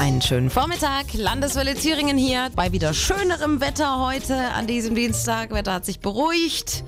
Einen schönen Vormittag, Landeswelle Thüringen hier, bei wieder schönerem Wetter heute an diesem Dienstag. Wetter hat sich beruhigt.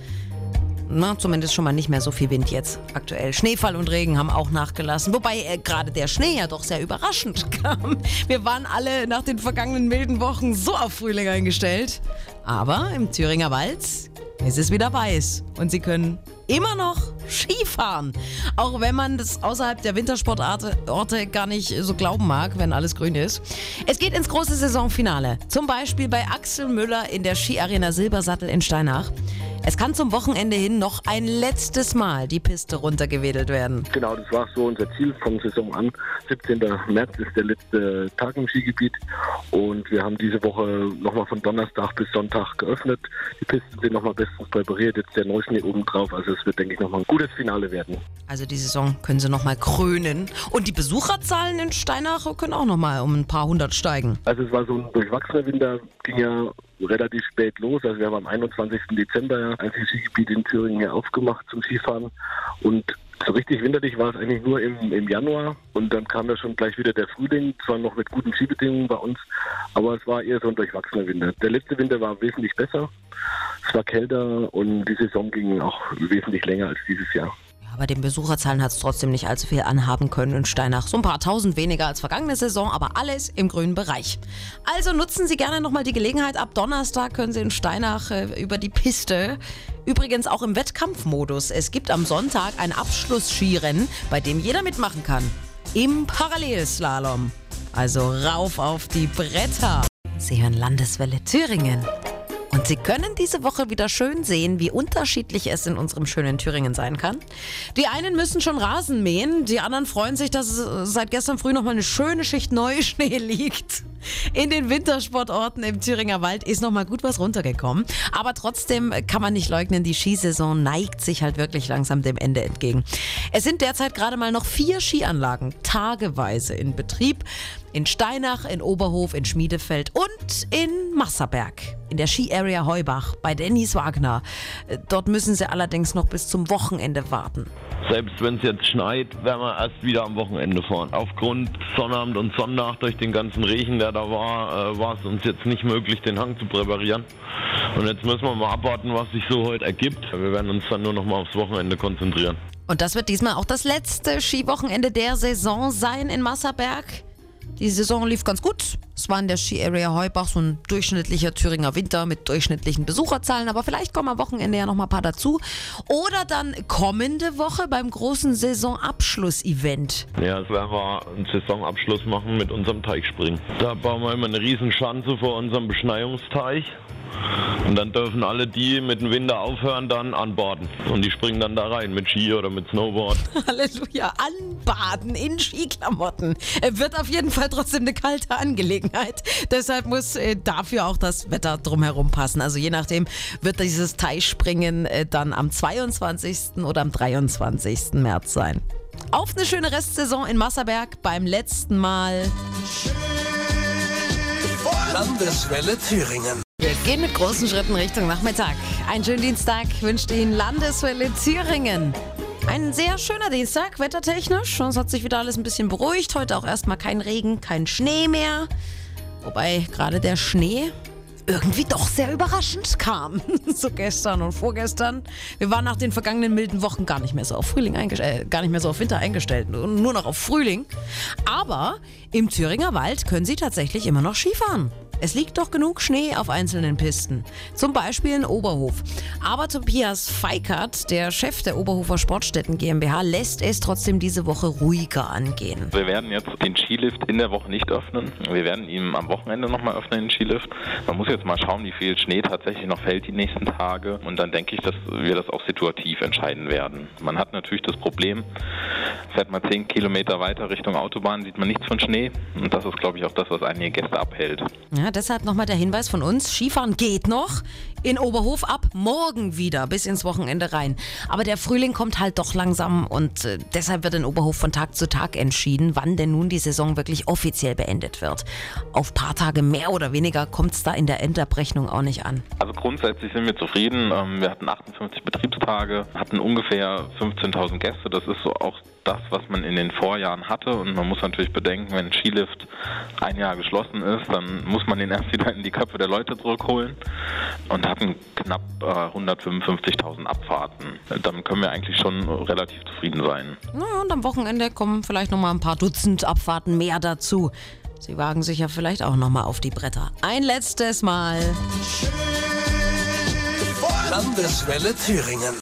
Na, zumindest schon mal nicht mehr so viel Wind jetzt aktuell. Schneefall und Regen haben auch nachgelassen, wobei gerade der Schnee ja doch sehr überraschend kam. Wir waren alle nach den vergangenen milden Wochen so auf Frühling eingestellt. Aber im Thüringer Wald ist es wieder weiß und Sie können immer noch Skifahren. Auch wenn man das außerhalb der Wintersportorte gar nicht so glauben mag, wenn alles grün ist. Es geht ins große Saisonfinale. Zum Beispiel bei Axel Müller in der Skiarena Silbersattel in Steinach. Es kann zum Wochenende hin noch ein letztes Mal die Piste runtergewedelt werden. Genau, das war so unser Ziel von Saison an. 17. März ist der letzte Tag im Skigebiet und wir haben diese Woche nochmal von Donnerstag bis Sonntag geöffnet. Die Pisten sind nochmal bestens präpariert, jetzt der Neuschnee oben drauf. Also es wird, denke ich, nochmal ein gutes Finale werden. Also die Saison können sie nochmal krönen. Und die Besucherzahlen in Steinach können auch nochmal um ein paar hundert steigen. Also es war so ein durchwachsener Winter, ging ja relativ spät los. Also wir haben am 21. Dezember ja ein Skigebiet in Thüringen hier aufgemacht zum Skifahren. Und so richtig winterlich war es eigentlich nur im Januar. Und dann kam ja schon gleich wieder der Frühling, zwar noch mit guten Skibedingungen bei uns, aber es war eher so ein durchwachsener Winter. Der letzte Winter war wesentlich besser. Es war kälter und die Saison ging auch wesentlich länger als dieses Jahr. Bei den Besucherzahlen hat es trotzdem nicht allzu viel anhaben können in Steinach. So ein paar tausend weniger als vergangene Saison, aber alles im grünen Bereich. Also nutzen Sie gerne nochmal die Gelegenheit. Ab Donnerstag können Sie in Steinach über die Piste. Übrigens auch im Wettkampfmodus. Es gibt am Sonntag ein Abschlussskirennen, bei dem jeder mitmachen kann. Im Parallelslalom. Also rauf auf die Bretter. Sie hören Landeswelle Thüringen. Und Sie können diese Woche wieder schön sehen, wie unterschiedlich es in unserem schönen Thüringen sein kann. Die einen müssen schon Rasen mähen, die anderen freuen sich, dass es seit gestern früh noch mal eine schöne Schicht Neuschnee liegt. In den Wintersportorten im Thüringer Wald ist noch mal gut was runtergekommen. Aber trotzdem kann man nicht leugnen, die Skisaison neigt sich halt wirklich langsam dem Ende entgegen. Es sind derzeit gerade mal noch 4 Skianlagen tageweise in Betrieb. In Steinach, in Oberhof, in Schmiedefeld und in Masserberg. In der Ski-Area Heubach bei Dennis Wagner. Dort müssen sie allerdings noch bis zum Wochenende warten. Selbst wenn es jetzt schneit, werden wir erst wieder am Wochenende fahren. Aufgrund Sonnabend und Sonntag durch den ganzen Regen, der da war es uns jetzt nicht möglich, den Hang zu präparieren. Und jetzt müssen wir mal abwarten, was sich so heute ergibt. Wir werden uns dann nur noch mal aufs Wochenende konzentrieren. Und das wird diesmal auch das letzte Skiwochenende der Saison sein in Masserberg. Die Saison lief ganz gut. Es war in der Ski-Area Heubach so ein durchschnittlicher Thüringer Winter mit durchschnittlichen Besucherzahlen. Aber vielleicht kommen am Wochenende ja noch mal ein paar dazu. Oder dann kommende Woche beim großen Saisonabschluss-Event. Ja, das werden wir einen Saisonabschluss machen mit unserem Teichspringen. Da bauen wir immer eine riesen Schanze vor unserem Beschneiungsteich. Und dann dürfen alle, die mit dem Winter aufhören, dann anbaden. Und die springen dann da rein mit Ski oder mit Snowboard. Halleluja, anbaden in Skiklamotten. Wird auf jeden Fall trotzdem eine kalte Angelegenheit. Deshalb muss dafür auch das Wetter drumherum passen. Also je nachdem wird dieses Teichspringen dann am 22. oder am 23. März sein. Auf eine schöne Restsaison in Masserberg beim letzten Mal. Landeswelle Thüringen. Wir gehen mit großen Schritten Richtung Nachmittag. Einen schönen Dienstag wünscht Ihnen Landeswelle Thüringen. Ein sehr schöner Dienstag, wettertechnisch. Es hat sich wieder alles ein bisschen beruhigt. Heute auch erstmal kein Regen, kein Schnee mehr. Wobei gerade der Schnee irgendwie doch sehr überraschend kam. So gestern und vorgestern. Wir waren nach den vergangenen milden Wochen gar nicht mehr so auf Winter eingestellt, nur noch auf Frühling. Aber im Thüringer Wald können Sie tatsächlich immer noch Skifahren. Es liegt doch genug Schnee auf einzelnen Pisten, zum Beispiel in Oberhof. Aber Tobias Feikert, der Chef der Oberhofer Sportstätten GmbH, lässt es trotzdem diese Woche ruhiger angehen. Wir werden jetzt den Skilift in der Woche nicht öffnen. Wir werden ihn am Wochenende nochmal öffnen, den Skilift. Man muss jetzt mal schauen, wie viel Schnee tatsächlich noch fällt die nächsten Tage. Und dann denke ich, dass wir das auch situativ entscheiden werden. Man hat natürlich das Problem, fährt man 10 Kilometer weiter Richtung Autobahn, sieht man nichts von Schnee. Und das ist, glaube ich, auch das, was einige Gäste abhält. Ja, deshalb nochmal der Hinweis von uns, Skifahren geht noch In Oberhof ab morgen wieder bis ins Wochenende rein. Aber der Frühling kommt halt doch langsam und deshalb wird in Oberhof von Tag zu Tag entschieden, wann denn nun die Saison wirklich offiziell beendet wird. Auf paar Tage mehr oder weniger kommt es da in der Endabrechnung auch nicht an. Also grundsätzlich sind wir zufrieden. Wir hatten 58 Betriebstage, hatten ungefähr 15.000 Gäste. Das ist so auch das, was man in den Vorjahren hatte. Und man muss natürlich bedenken, wenn ein Skilift ein Jahr geschlossen ist, dann muss man den erst wieder in die Köpfe der Leute zurückholen und hatten knapp 155.000 Abfahrten. Damit können wir eigentlich schon relativ zufrieden sein. Na, und am Wochenende kommen vielleicht noch mal ein paar Dutzend Abfahrten mehr dazu. Sie wagen sich ja vielleicht auch noch mal auf die Bretter. Ein letztes Mal. Landeswelle Thüringen.